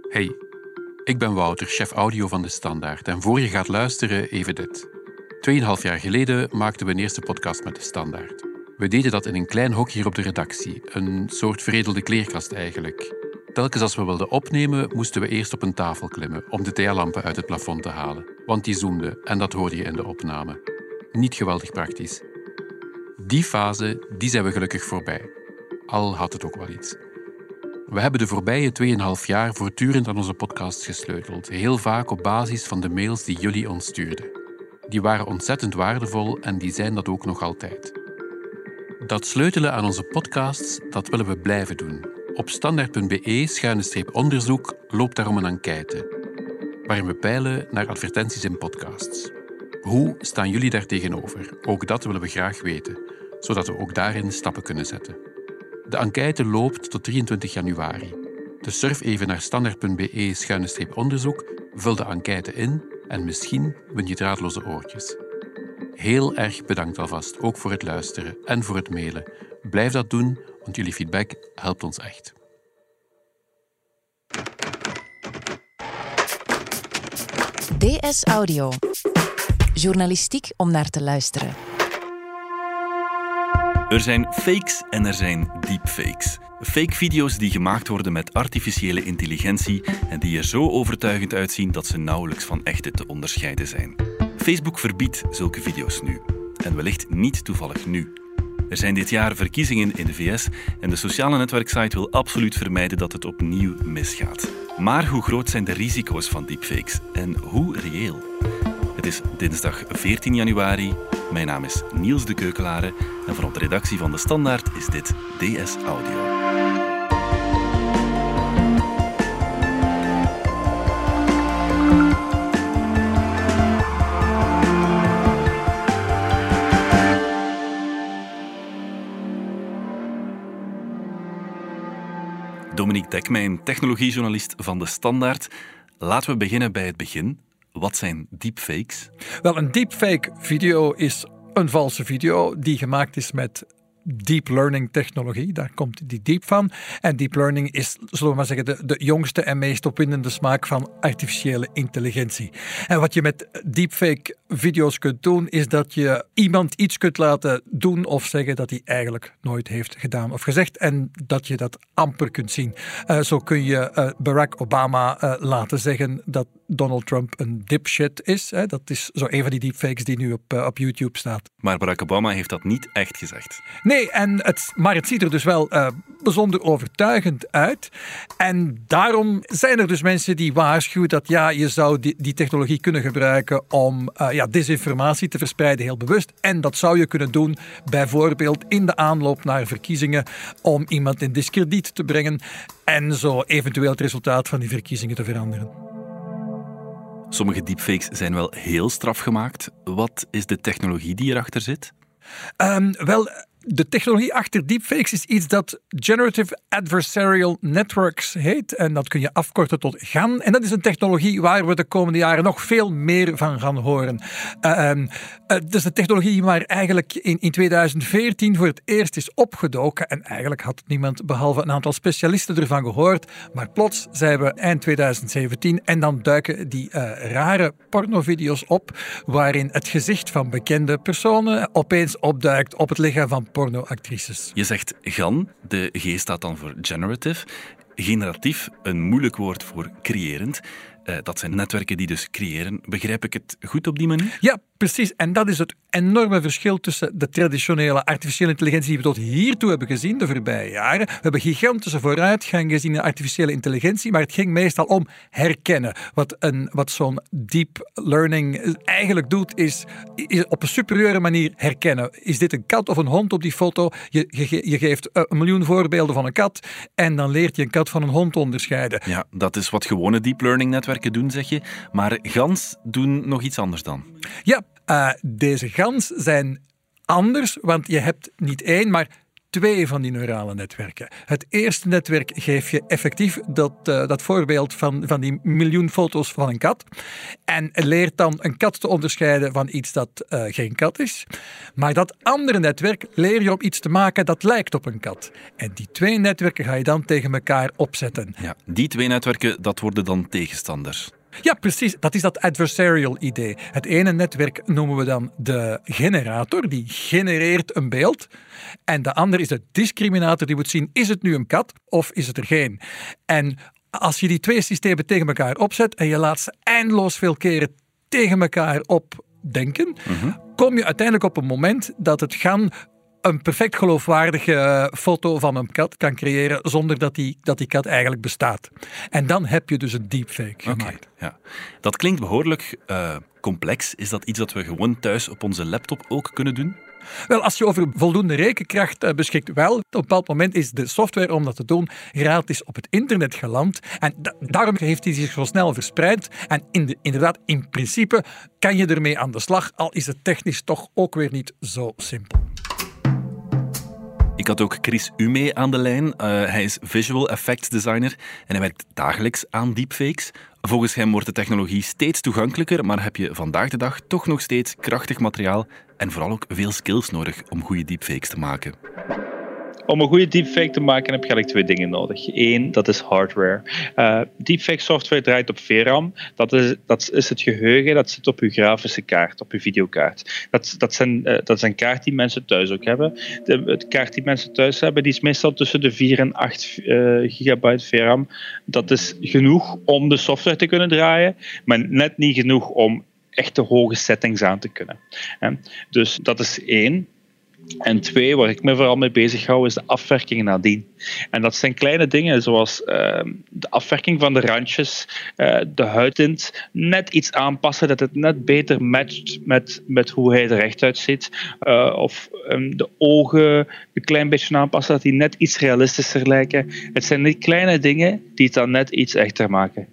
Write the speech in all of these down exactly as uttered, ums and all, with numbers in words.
Hey, ik ben Wouter, chef audio van De Standaard. En voor je gaat luisteren, even dit. Tweeënhalf jaar geleden maakten we een eerste podcast met De Standaard. We deden dat in een klein hok hier op de redactie. Een soort veredelde kleerkast eigenlijk. Telkens als we wilden opnemen, moesten we eerst op een tafel klimmen om de thealampen uit het plafond te halen. Want die zoemden en dat hoorde je in de opname. Niet geweldig praktisch. Die fase, die zijn we gelukkig voorbij. Al had het ook wel iets. We hebben de voorbije tweeënhalf jaar voortdurend aan onze podcast gesleuteld. Heel vaak op basis van de mails die jullie ons stuurden. Die waren ontzettend waardevol en die zijn dat ook nog altijd. Dat sleutelen aan onze podcasts, dat willen we blijven doen. Op standaard.be schuine streep onderzoek loopt daarom een enquête, waarin we peilen naar advertenties in podcasts. Hoe staan jullie daar tegenover? Ook dat willen we graag weten, zodat we ook daarin stappen kunnen zetten. De enquête loopt tot drieëntwintig januari. Dus surf even naar standaard.be schuine streep onderzoek, vul de enquête in en misschien win je draadloze oortjes. Heel erg bedankt alvast, ook voor het luisteren en voor het mailen. Blijf dat doen, want jullie feedback helpt ons echt. D S Audio. Journalistiek om naar te luisteren. Er zijn fakes en er zijn deepfakes. Fake-video's die gemaakt worden met artificiële intelligentie en die er zo overtuigend uitzien dat ze nauwelijks van echte te onderscheiden zijn. Facebook verbiedt zulke video's nu. En wellicht niet toevallig nu. Er zijn dit jaar verkiezingen in de V S en de sociale netwerksite wil absoluut vermijden dat het opnieuw misgaat. Maar hoe groot zijn de risico's van deepfakes en hoe reëel? Het is dinsdag veertien januari. Mijn naam is Niels de Keukelare en vanaf de redactie van De Standaard is dit D S Audio. Dominique Dekmijn, technologiejournalist van De Standaard. Laten we beginnen bij het begin. Wat zijn deepfakes? Wel, een deepfake video is een valse video die gemaakt is met deep learning technologie. Daar komt die deep van. En deep learning is, zullen we maar zeggen, de, de jongste en meest opwindende smaak van artificiële intelligentie. En wat je met deepfake video's kunt doen, is dat je iemand iets kunt laten doen of zeggen dat hij eigenlijk nooit heeft gedaan of gezegd. En dat je dat amper kunt zien. Uh, zo kun je uh, Barack Obama uh, laten zeggen dat Donald Trump een dipshit is. Hè. Dat is zo een van die deepfakes die nu op, uh, op YouTube staat. Maar Barack Obama heeft dat niet echt gezegd. Nee, en het, maar het ziet er dus wel uh, bijzonder overtuigend uit. En daarom zijn er dus mensen die waarschuwen dat ja, je zou die, die technologie kunnen gebruiken om uh, ja, desinformatie te verspreiden, heel bewust. En dat zou je kunnen doen bijvoorbeeld in de aanloop naar verkiezingen om iemand in diskrediet te brengen en zo eventueel het resultaat van die verkiezingen te veranderen. Sommige deepfakes zijn wel heel strafgemaakt. Wat is de technologie die erachter zit? Um, wel, de technologie achter deepfakes is iets dat Generative Adversarial Networks heet. En dat kun je afkorten tot G A N. En dat is een technologie waar we de komende jaren nog veel meer van gaan horen. Uh, um, uh, dat is een technologie waar eigenlijk in, in tweeduizend veertien voor het eerst is opgedoken. En eigenlijk had niemand behalve een aantal specialisten ervan gehoord. Maar plots zijn we eind tweeduizend zeventien en dan duiken die uh, rare pornovideo's op waarin het gezicht van bekende personen opeens opduikt op het lichaam van pornoactrices. Je zegt G A N, de G staat dan voor generative. Generatief, een moeilijk woord voor creërend. Uh, dat zijn netwerken die dus creëren. Begrijp ik het goed op die manier? Ja, precies. En dat is het enorme verschil tussen de traditionele artificiële intelligentie die we tot hiertoe hebben gezien de voorbije jaren. We hebben gigantische vooruitgang gezien in artificiële intelligentie, maar het ging meestal om herkennen. Wat, een, wat zo'n deep learning eigenlijk doet, is, is op een superieure manier herkennen. Is dit een kat of een hond op die foto? Je, je, je geeft een miljoen voorbeelden van een kat en dan leert je een kat van een hond onderscheiden. Ja, dat is wat gewone deep learning netwerken doen, zeg je. Maar GANs doen nog iets anders dan. Ja, uh, deze GANs zijn anders, want je hebt niet één, maar twee van die neurale netwerken. Het eerste netwerk geeft je effectief dat, uh, dat voorbeeld van, van die miljoen foto's van een kat. En leert dan een kat te onderscheiden van iets dat uh, geen kat is. Maar dat andere netwerk leer je om iets te maken dat lijkt op een kat. En die twee netwerken ga je dan tegen elkaar opzetten. Ja, die twee netwerken, dat worden dan tegenstanders. Ja, precies. Dat is dat adversarial idee. Het ene netwerk noemen we dan de generator, die genereert een beeld. En de andere is de discriminator, die moet zien, is het nu een kat of is het er geen? En als je die twee systemen tegen elkaar opzet en je laat ze eindeloos veel keren tegen elkaar opdenken, mm-hmm. kom je uiteindelijk op een moment dat het gaan een perfect geloofwaardige foto van een kat kan creëren zonder dat die, dat die kat eigenlijk bestaat. En dan heb je dus een deepfake gemaakt. Okay, ja. Dat klinkt behoorlijk uh, complex. Is dat iets dat we gewoon thuis op onze laptop ook kunnen doen? Wel, als je over voldoende rekenkracht uh, beschikt, wel. Op een bepaald moment is de software om dat te doen gratis op het internet geland. En da- daarom heeft hij zich zo snel verspreid. En in de, inderdaad, in principe kan je ermee aan de slag, al is het technisch toch ook weer niet zo simpel. Ik had ook Chris Ume aan de lijn. Uh, hij is visual effects designer en hij werkt dagelijks aan deepfakes. Volgens hem wordt de technologie steeds toegankelijker, maar heb je vandaag de dag toch nog steeds krachtig materiaal en vooral ook veel skills nodig om goede deepfakes te maken. Om een goede deepfake te maken heb je eigenlijk twee dingen nodig. Eén, dat is hardware. Uh, deepfake software draait op V RAM. Dat is, dat is het geheugen, dat zit op je grafische kaart, op je videokaart. Dat, dat, zijn, uh, dat is een kaart die mensen thuis ook hebben. De, de kaart die mensen thuis hebben, die is meestal tussen de vier en acht uh, gigabyte V RAM. Dat is genoeg om de software te kunnen draaien, maar net niet genoeg om echt de hoge settings aan te kunnen. Uh, dus dat is één. En twee, waar ik me vooral mee bezig hou, is de afwerking nadien. En dat zijn kleine dingen, zoals uh, de afwerking van de randjes, uh, de huidtint, net iets aanpassen, dat het net beter matcht met, met hoe hij er echt uitziet. Uh, of um, de ogen een klein beetje aanpassen, dat die net iets realistischer lijken. Het zijn die kleine dingen die het dan net iets echter maken.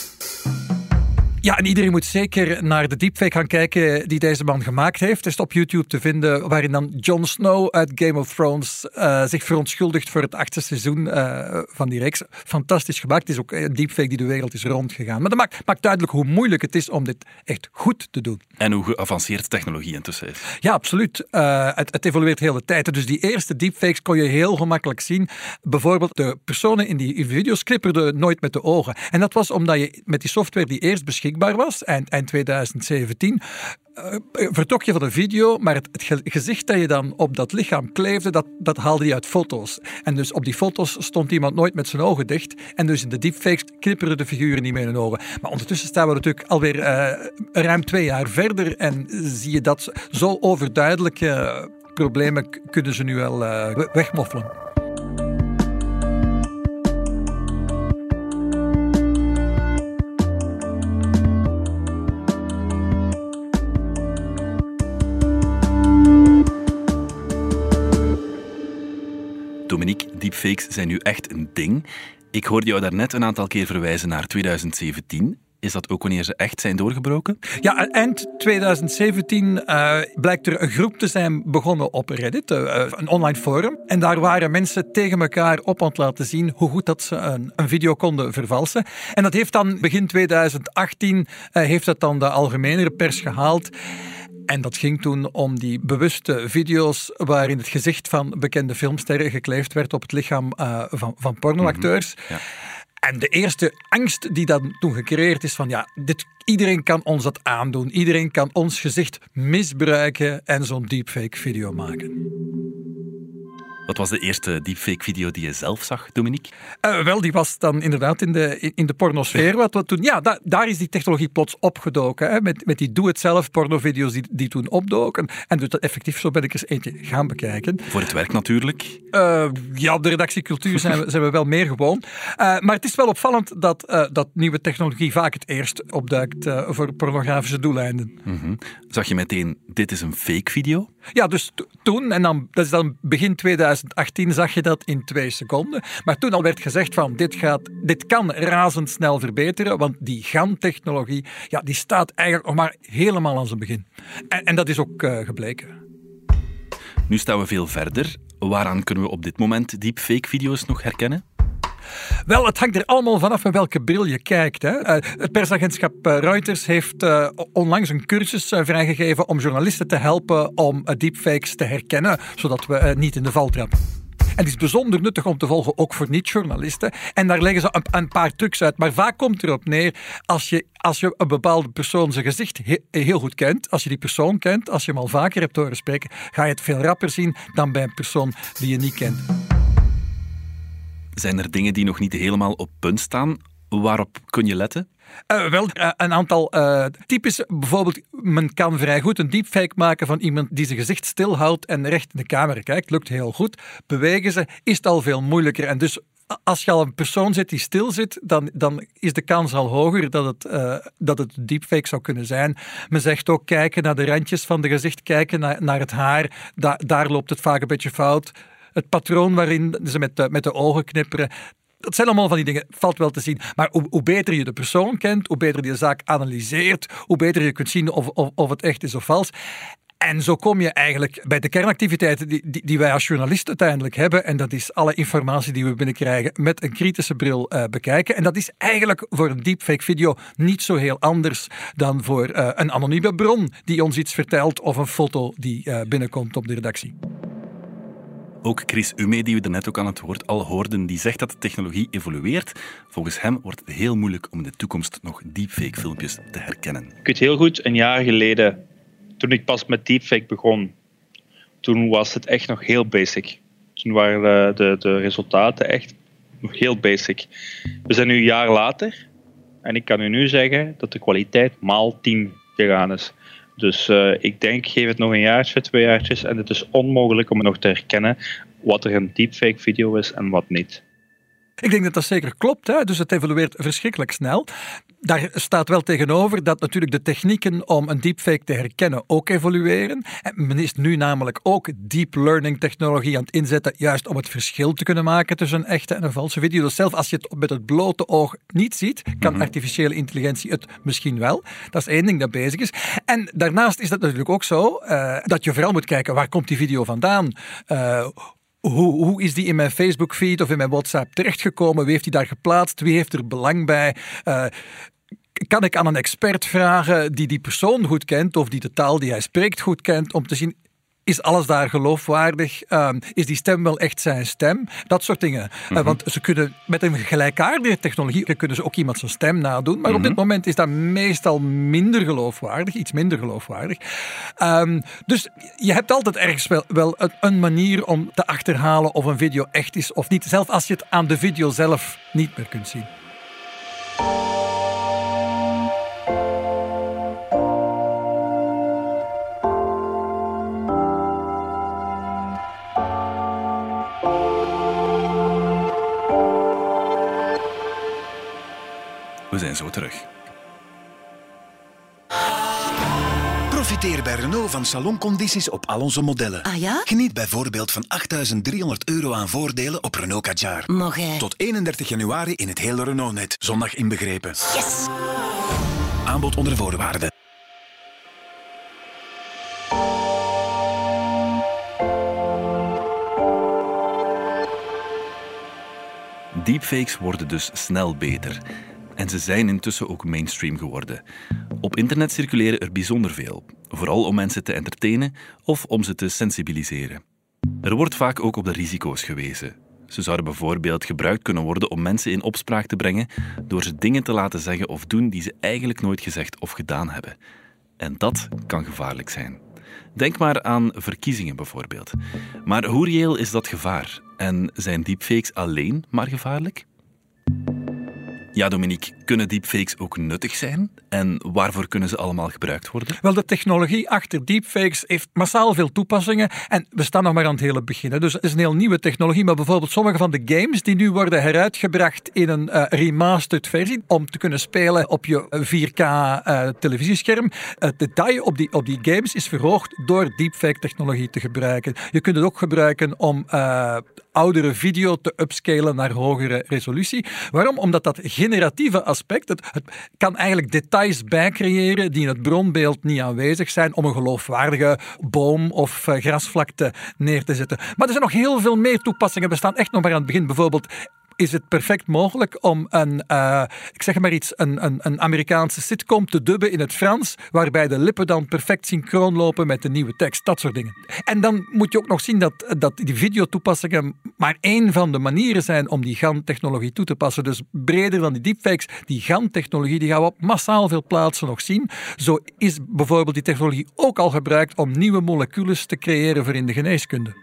Ja, en iedereen moet zeker naar de deepfake gaan kijken die deze man gemaakt heeft. Het is op YouTube te vinden, waarin dan Jon Snow uit Game of Thrones uh, zich verontschuldigt voor het achtste seizoen uh, van die reeks. Fantastisch gemaakt. Het is ook een deepfake die de wereld is rondgegaan. Maar dat maakt, maakt duidelijk hoe moeilijk het is om dit echt goed te doen. En hoe geavanceerd technologie intussen is. Ja, absoluut. Uh, het, het evolueert de hele tijd. Dus die eerste deepfakes kon je heel gemakkelijk zien. Bijvoorbeeld de personen in die video's knipperden nooit met de ogen. En dat was omdat je met die software die eerst beschikbaar was, eind, eind twintig zeventien, uh, vertrok je van de video, maar het, het gezicht dat je dan op dat lichaam kleefde, dat, dat haalde je uit foto's. En dus op die foto's stond iemand nooit met zijn ogen dicht. En dus in de deepfakes knipperden de figuren niet meer in hun ogen. Maar ondertussen staan we natuurlijk alweer uh, ruim twee jaar verder en zie je dat zo overduidelijke uh, problemen k- kunnen ze nu wel uh, wegmoffelen. Dominique, deepfakes zijn nu echt een ding. Ik hoorde jou daarnet een aantal keer verwijzen naar twintig zeventien. Is dat ook wanneer ze echt zijn doorgebroken? Ja, eind twintig zeventien uh, blijkt er een groep te zijn begonnen op Reddit, uh, een online forum. En daar waren mensen tegen elkaar op aan het laten zien hoe goed dat ze een, een video konden vervalsen. En dat heeft dan begin twintig achttien uh, heeft dat dan de algemenere pers gehaald. En dat ging toen om die bewuste video's waarin het gezicht van bekende filmsterren gekleefd werd op het lichaam uh, van, van pornoacteurs. Mm-hmm. Ja. En de eerste angst die dan toen gecreëerd is van ja, dit, iedereen kan ons dat aandoen. Iedereen kan ons gezicht misbruiken en zo'n deepfake video maken. Wat was de eerste deepfake-video die je zelf zag, Dominique? Uh, wel, die was dan inderdaad in de, in, in de pornosfeer. Wat we toen, ja, da, daar is die technologie plots opgedoken. Hè, met, met die doe-het-zelf pornovideo's die, die toen opdoken. En dus dat effectief, zo ben ik eens eentje gaan bekijken. Voor het werk natuurlijk. Uh, ja, op de redactiecultuur zijn we, zijn we wel meer gewoon. Uh, maar het is wel opvallend dat, uh, dat nieuwe technologie vaak het eerst opduikt uh, voor pornografische doeleinden. Mm-hmm. Zag je meteen, dit is een fake video? Ja, dus to- toen, en dan, dat is dan begin twintig achttien, zag je dat in twee seconden. Maar toen al werd gezegd van, dit, gaat, dit kan razendsnel verbeteren, want die G A N-technologie, ja, die staat eigenlijk nog maar helemaal aan zijn begin. En, en dat is ook uh, gebleken. Nu staan we veel verder. Waaraan kunnen we op dit moment deepfake-video's nog herkennen? Wel, het hangt er allemaal vanaf met welke bril je kijkt. Hè. Uh, het persagentschap uh, Reuters heeft uh, onlangs een cursus uh, vrijgegeven om journalisten te helpen om uh, deepfakes te herkennen, zodat we uh, niet in de val trappen. En het is bijzonder nuttig om te volgen, ook voor niet-journalisten. En daar leggen ze een, een paar trucs uit. Maar vaak komt erop neer, als je, als je een bepaalde persoon zijn gezicht he, heel goed kent, als je die persoon kent, als je hem al vaker hebt horen spreken, ga je het veel rapper zien dan bij een persoon die je niet kent. Zijn er dingen die nog niet helemaal op punt staan? Waarop kun je letten? Uh, wel, uh, een aantal uh, typische. Bijvoorbeeld, men kan vrij goed een deepfake maken van iemand die zijn gezicht stilhoudt en recht in de camera kijkt. Lukt heel goed. Bewegen ze, is het al veel moeilijker. En dus als je al een persoon zit die stil zit, dan, dan is de kans al hoger dat het, uh, dat het deepfake zou kunnen zijn. Men zegt ook kijken naar de randjes van de gezicht, kijken naar, naar het haar. Da- daar loopt het vaak een beetje fout. Het patroon waarin ze met de, met de ogen knipperen. Dat zijn allemaal van die dingen, valt wel te zien. Maar hoe, hoe beter je de persoon kent, hoe beter je de zaak analyseert, hoe beter je kunt zien of, of, of het echt is of vals. En zo kom je eigenlijk bij de kernactiviteiten die, die, die wij als journalist uiteindelijk hebben. En dat is alle informatie die we binnenkrijgen met een kritische bril uh, bekijken. En dat is eigenlijk voor een deepfake video niet zo heel anders dan voor uh, een anonieme bron die ons iets vertelt of een foto die uh, binnenkomt op de redactie. Ook Chris Ume, die we daarnet ook aan het woord al hoorden, die zegt dat de technologie evolueert. Volgens hem wordt het heel moeilijk om in de toekomst nog deepfake-filmpjes te herkennen. Ik weet heel goed, een jaar geleden, toen ik pas met deepfake begon, toen was het echt nog heel basic. Toen waren de, de resultaten echt nog heel basic. We zijn nu een jaar later en ik kan u nu zeggen dat de kwaliteit maal tien gegaan is. Dus uh, ik denk, geef het nog een jaartje, twee jaartjes en het is onmogelijk om nog te herkennen wat er een deepfake video is en wat niet. Ik denk dat dat zeker klopt, hè? Dus het evolueert verschrikkelijk snel. Daar staat wel tegenover dat natuurlijk de technieken om een deepfake te herkennen ook evolueren. En men is nu namelijk ook deep learning technologie aan het inzetten, juist om het verschil te kunnen maken tussen een echte en een valse video. Dus zelfs als je het met het blote oog niet ziet, kan mm-hmm. artificiële intelligentie het misschien wel. Dat is één ding dat bezig is. En daarnaast is dat natuurlijk ook zo, uh, dat je vooral moet kijken, waar komt die video vandaan? Uh, Hoe, hoe is die in mijn Facebook-feed of in mijn WhatsApp terechtgekomen? Wie heeft die daar geplaatst? Wie heeft er belang bij? Uh, kan ik aan een expert vragen die die persoon goed kent of die de taal die hij spreekt goed kent, om te zien, is alles daar geloofwaardig? Uh, is die stem wel echt zijn stem? Dat soort dingen. Mm-hmm. Uh, want ze kunnen met een gelijkaardige technologie kunnen ze ook iemand zijn stem nadoen. Maar mm-hmm. op dit moment is dat meestal minder geloofwaardig. Iets minder geloofwaardig. Um, dus je hebt altijd ergens wel, wel een, een manier om te achterhalen of een video echt is of niet. Zelfs als je het aan de video zelf niet meer kunt zien. We zijn zo terug. Profiteer bij Renault van saloncondities op al onze modellen. Ah ja? Geniet bijvoorbeeld van achtduizend driehonderd euro aan voordelen op Renault Kadjar. Mag hij? Tot eenendertig januari in het hele Renault-net. Zondag inbegrepen. Yes! Aanbod onder voorwaarden. Deepfakes worden dus snel beter. En ze zijn intussen ook mainstream geworden. Op internet circuleren er bijzonder veel. Vooral om mensen te entertainen of om ze te sensibiliseren. Er wordt vaak ook op de risico's gewezen. Ze zouden bijvoorbeeld gebruikt kunnen worden om mensen in opspraak te brengen door ze dingen te laten zeggen of doen die ze eigenlijk nooit gezegd of gedaan hebben. En dat kan gevaarlijk zijn. Denk maar aan verkiezingen bijvoorbeeld. Maar hoe reëel is dat gevaar? En zijn deepfakes alleen maar gevaarlijk? Ja, Dominique, kunnen deepfakes ook nuttig zijn? En waarvoor kunnen ze allemaal gebruikt worden? Wel, de technologie achter deepfakes heeft massaal veel toepassingen en we staan nog maar aan het hele begin. Hè. Dus het is een heel nieuwe technologie, maar bijvoorbeeld sommige van de games die nu worden heruitgebracht in een uh, remastered versie om te kunnen spelen op je vier K uh, televisiescherm. Het detail op die, op die games is verhoogd door deepfake technologie te gebruiken. Je kunt het ook gebruiken om uh, oudere video te upscalen naar hogere resolutie. Waarom? Omdat dat generatieve aspect, het, het kan eigenlijk details bijcreëren die in het bronbeeld niet aanwezig zijn om een geloofwaardige boom of uh, grasvlakte neer te zetten. Maar er zijn nog heel veel meer toepassingen. We staan echt nog maar aan het begin. Bijvoorbeeld is het perfect mogelijk om een, uh, ik zeg maar iets, een, een, een Amerikaanse sitcom te dubben in het Frans, waarbij de lippen dan perfect synchroon lopen met de nieuwe tekst, dat soort dingen. En dan moet je ook nog zien dat, dat die videotoepassingen maar één van de manieren zijn om die G A N-technologie toe te passen. Dus breder dan die deepfakes, die G A N-technologie, die gaan we op massaal veel plaatsen nog zien. Zo is bijvoorbeeld die technologie ook al gebruikt om nieuwe moleculen te creëren voor in de geneeskunde.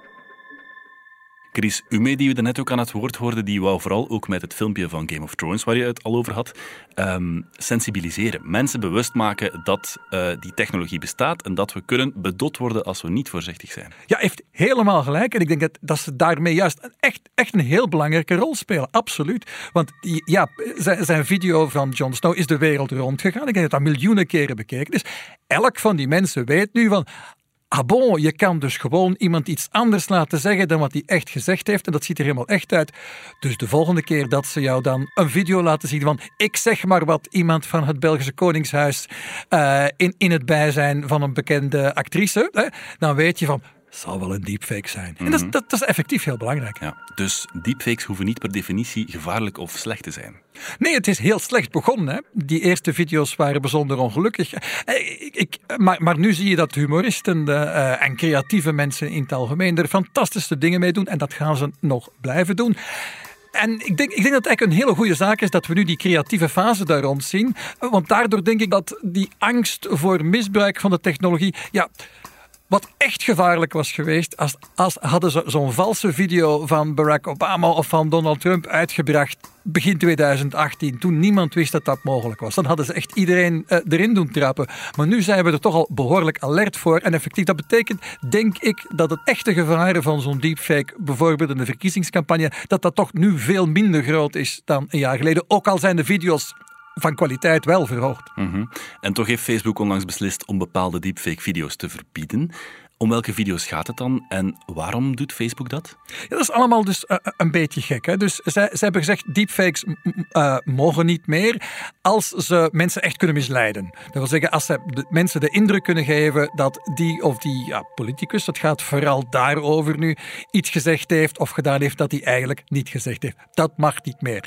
Chris Ume, die we daarnet ook aan het woord hoorden, die wou vooral ook met het filmpje van Game of Thrones, waar je het al over had, um, sensibiliseren. Mensen bewust maken dat uh, die technologie bestaat en dat we kunnen bedot worden als we niet voorzichtig zijn. Ja, heeft helemaal gelijk. En ik denk dat, dat ze daarmee juist een, echt, echt een heel belangrijke rol spelen. Absoluut. Want ja, zijn, zijn video van Jon Snow is de wereld rondgegaan. Ik denk dat dat miljoenen keren bekeken is. Elk van die mensen weet nu van... Ah bon, je kan dus gewoon iemand iets anders laten zeggen dan wat hij echt gezegd heeft en dat ziet er helemaal echt uit. Dus de volgende keer dat ze jou dan een video laten zien van ik zeg maar wat iemand van het Belgische Koningshuis uh, in, in het bijzijn van een bekende actrice, hè, dan weet je van... zal wel een deepfake zijn. Mm-hmm. En dat is, dat, dat is effectief heel belangrijk. Ja, dus deepfakes hoeven niet per definitie gevaarlijk of slecht te zijn. Nee, het is heel slecht begonnen. Hè. Die eerste video's waren bijzonder ongelukkig. Ik, ik, maar, maar nu zie je dat humoristen uh, en creatieve mensen in het algemeen er fantastische dingen mee doen. En dat gaan ze nog blijven doen. En ik denk, ik denk dat het eigenlijk een hele goede zaak is dat we nu die creatieve fase daar rond zien. Want daardoor denk ik dat die angst voor misbruik van de technologie... ja. Wat echt gevaarlijk was geweest, als, als hadden ze zo'n valse video van Barack Obama of van Donald Trump uitgebracht begin tweeduizend achttien, toen niemand wist dat dat mogelijk was. Dan hadden ze echt iedereen uh, erin doen trappen. Maar nu zijn we er toch al behoorlijk alert voor. En effectief, dat betekent, denk ik, dat het echte gevaren van zo'n deepfake, bijvoorbeeld in de verkiezingscampagne, dat dat toch nu veel minder groot is dan een jaar geleden. Ook al zijn de video's van kwaliteit wel verhoogd. Mm-hmm. En toch heeft Facebook onlangs beslist om bepaalde deepfake-video's te verbieden. Om welke video's gaat het dan en waarom doet Facebook dat? Ja, dat is allemaal dus uh, een beetje gek. Hè? Dus zij, zij hebben gezegd, deepfakes uh, mogen niet meer als ze mensen echt kunnen misleiden. Dat wil zeggen, als ze de mensen de indruk kunnen geven dat die of die ja, politicus, dat gaat vooral daarover nu, iets gezegd heeft of gedaan heeft dat hij eigenlijk niet gezegd heeft. Dat mag niet meer.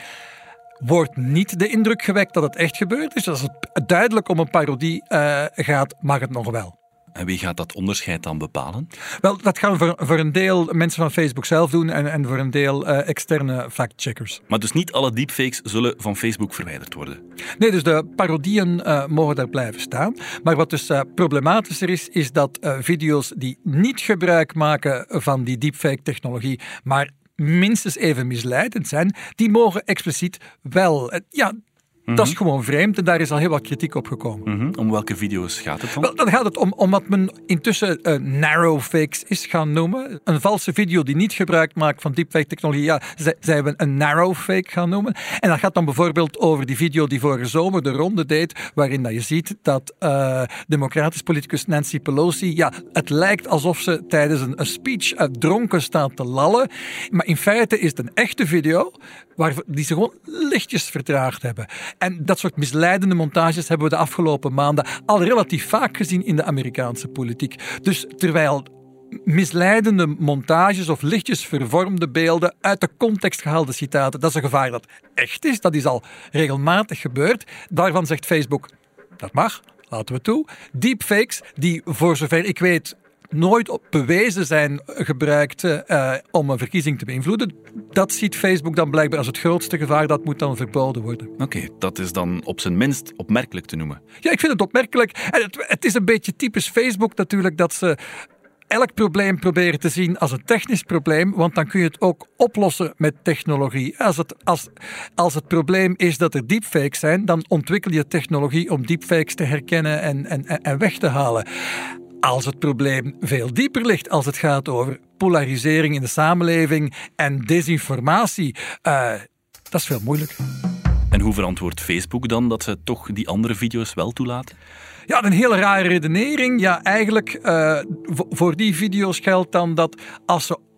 Wordt niet de indruk gewekt dat het echt gebeurd is. Als het duidelijk om een parodie uh, gaat, mag het nog wel. En wie gaat dat onderscheid dan bepalen? Wel, dat gaan voor, voor een deel mensen van Facebook zelf doen en, en voor een deel uh, externe factcheckers. Maar dus niet alle deepfakes zullen van Facebook verwijderd worden? Nee, dus de parodieën uh, mogen daar blijven staan. Maar wat dus uh, problematischer is, is dat uh, video's die niet gebruik maken van die deepfake-technologie, maar minstens even misleidend zijn, die mogen expliciet wel. Uh, ja, Mm-hmm. Dat is gewoon vreemd en daar is al heel wat kritiek op gekomen. Mm-hmm. Om welke video's gaat het dan? Wel, dan gaat het om, om wat men intussen uh, narrow fakes is gaan noemen. Een valse video die niet gebruik maakt van deepfake-technologie. Ja, zij, zij hebben een narrow fake gaan noemen. En dat gaat dan bijvoorbeeld over die video die vorige zomer de ronde deed, waarin dat je ziet dat uh, democratisch politicus Nancy Pelosi, ja, het lijkt alsof ze tijdens een, een speech uh, dronken staat te lallen. Maar in feite is het een echte video waar, die ze gewoon lichtjes vertraagd hebben. En dat soort misleidende montages hebben we de afgelopen maanden al relatief vaak gezien in de Amerikaanse politiek. Dus terwijl misleidende montages of lichtjes vervormde beelden uit de context gehaalde citaten, dat is een gevaar dat echt is, dat is al regelmatig gebeurd. Daarvan zegt Facebook, dat mag, laten we toe. Deepfakes, die voor zover ik weet nooit op bewezen zijn gebruikt uh, om een verkiezing te beïnvloeden. Dat ziet Facebook dan blijkbaar als het grootste gevaar. Dat moet dan verboden worden. Oké, okay, dat is dan op zijn minst opmerkelijk te noemen. Ja, ik vind het opmerkelijk. En het, het is een beetje typisch Facebook natuurlijk dat ze elk probleem proberen te zien als een technisch probleem, want dan kun je het ook oplossen met technologie. Als het, als, als het probleem is dat er deepfakes zijn, dan ontwikkel je technologie om deepfakes te herkennen en, en, en weg te halen. Als het probleem veel dieper ligt, als het gaat over polarisering in de samenleving en desinformatie, uh, dat is veel moeilijker. En hoe verantwoordt Facebook dan dat ze toch die andere video's wel toelaten? Ja, een hele rare redenering. Ja, eigenlijk uh, voor die video's geldt dan dat als ze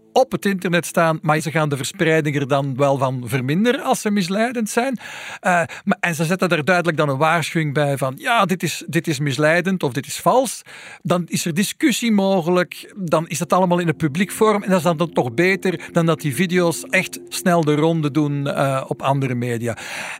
op het internet staan, maar ze gaan de verspreiding er dan wel van verminderen als ze misleidend zijn. Uh, maar, en ze zetten daar duidelijk dan een waarschuwing bij van ja, dit is, dit is misleidend of dit is vals. Dan is er discussie mogelijk, dan is het allemaal in een publiek forum en dat is dan toch beter dan dat die video's echt snel de ronde doen uh, op andere media.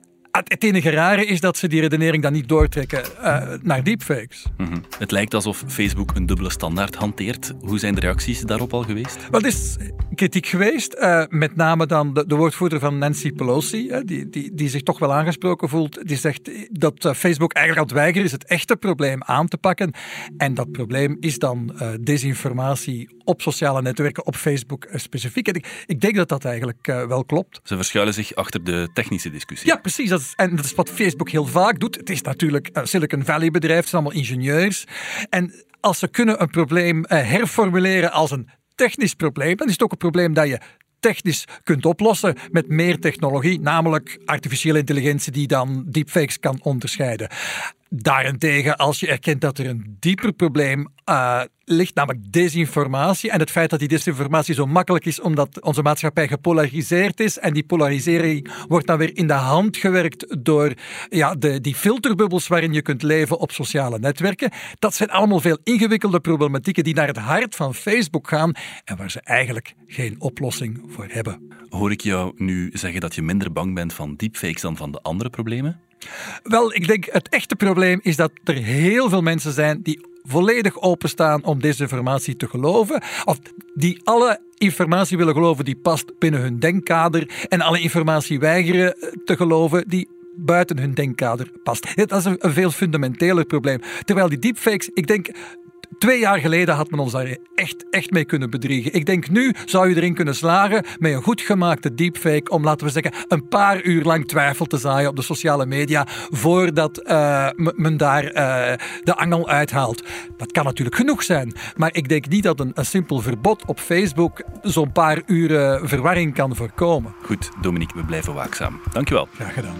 Het enige rare is dat ze die redenering dan niet doortrekken uh, naar deepfakes. Mm-hmm. Het lijkt alsof Facebook een dubbele standaard hanteert. Hoe zijn de reacties daarop al geweest? Wel, er is kritiek geweest. Uh, met name dan de, de woordvoerder van Nancy Pelosi, uh, die, die, die zich toch wel aangesproken voelt. Die zegt dat uh, Facebook eigenlijk aan het weigeren is het echte probleem aan te pakken. En dat probleem is dan uh, desinformatie op sociale netwerken, op Facebook uh, specifiek. En ik, ik denk dat dat eigenlijk uh, wel klopt. Ze verschuilen zich achter de technische discussie. Ja, precies. Dat is, en dat is wat Facebook heel vaak doet. Het is natuurlijk een Silicon Valley bedrijf, het zijn allemaal ingenieurs. En als ze kunnen een probleem uh, herformuleren als een technisch probleem, dan is het ook een probleem dat je technisch kunt oplossen met meer technologie, namelijk artificiële intelligentie die dan deepfakes kan onderscheiden. Daarentegen, als je erkent dat er een dieper probleem uh, ligt, namelijk desinformatie, en het feit dat die desinformatie zo makkelijk is omdat onze maatschappij gepolariseerd is en die polarisering wordt dan weer in de hand gewerkt door ja, de, die filterbubbels waarin je kunt leven op sociale netwerken. Dat zijn allemaal veel ingewikkelde problematieken die naar het hart van Facebook gaan en waar ze eigenlijk geen oplossing voor hebben. Hoor ik jou nu zeggen dat je minder bang bent van deepfakes dan van de andere problemen? Wel, ik denk het echte probleem is dat er heel veel mensen zijn die volledig openstaan om desinformatie te geloven. Of die alle informatie willen geloven die past binnen hun denkkader en alle informatie weigeren te geloven die buiten hun denkkader past. Dat is een, een veel fundamenteler probleem. Terwijl die deepfakes, ik denk, twee jaar geleden had men ons daar echt, echt mee kunnen bedriegen. Ik denk nu zou je erin kunnen slagen met een goed gemaakte deepfake om, laten we zeggen, een paar uur lang twijfel te zaaien op de sociale media voordat uh, men daar uh, de angel uithaalt. Dat kan natuurlijk genoeg zijn, maar ik denk niet dat een, een simpel verbod op Facebook zo'n paar uur verwarring kan voorkomen. Goed, Dominique, we blijven waakzaam. Dankjewel. Graag gedaan.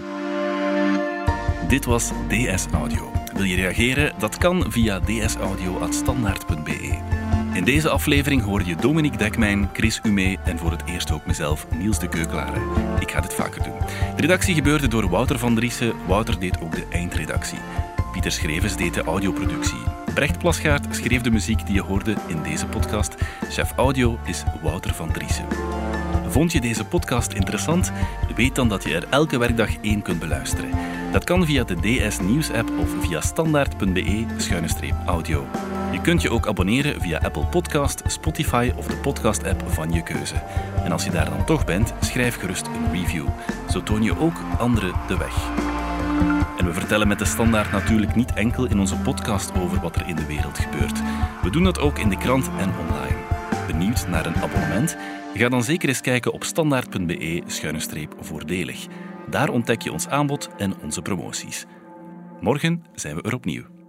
Dit was D S Audio. Wil je reageren? Dat kan via dsaudio apenstaartje standaard punt b e. In deze aflevering hoorde je Dominique Dekmijn, Chris Umé en voor het eerst ook mezelf, Niels de Keukelare. Ik ga dit vaker doen. De redactie gebeurde door Wouter van Driessen. Wouter deed ook de eindredactie. Pieter Schrevens deed de audioproductie. Brecht Plasgaard schreef de muziek die je hoorde in deze podcast. Chef audio is Wouter van Driessen. Vond je deze podcast interessant? Weet dan dat je er elke werkdag één kunt beluisteren. Dat kan via de D S Nieuws-app of via standaard punt b e schuine streep audio. Je kunt je ook abonneren via Apple Podcast, Spotify of de podcast-app van je keuze. En als je daar dan toch bent, schrijf gerust een review. Zo toon je ook anderen de weg. En we vertellen met de Standaard natuurlijk niet enkel in onze podcast over wat er in de wereld gebeurt. We doen dat ook in de krant en online. Benieuwd naar een abonnement? Ga dan zeker eens kijken op standaard punt b e schuine streep voordelig. Daar ontdek je ons aanbod en onze promoties. Morgen zijn we er opnieuw.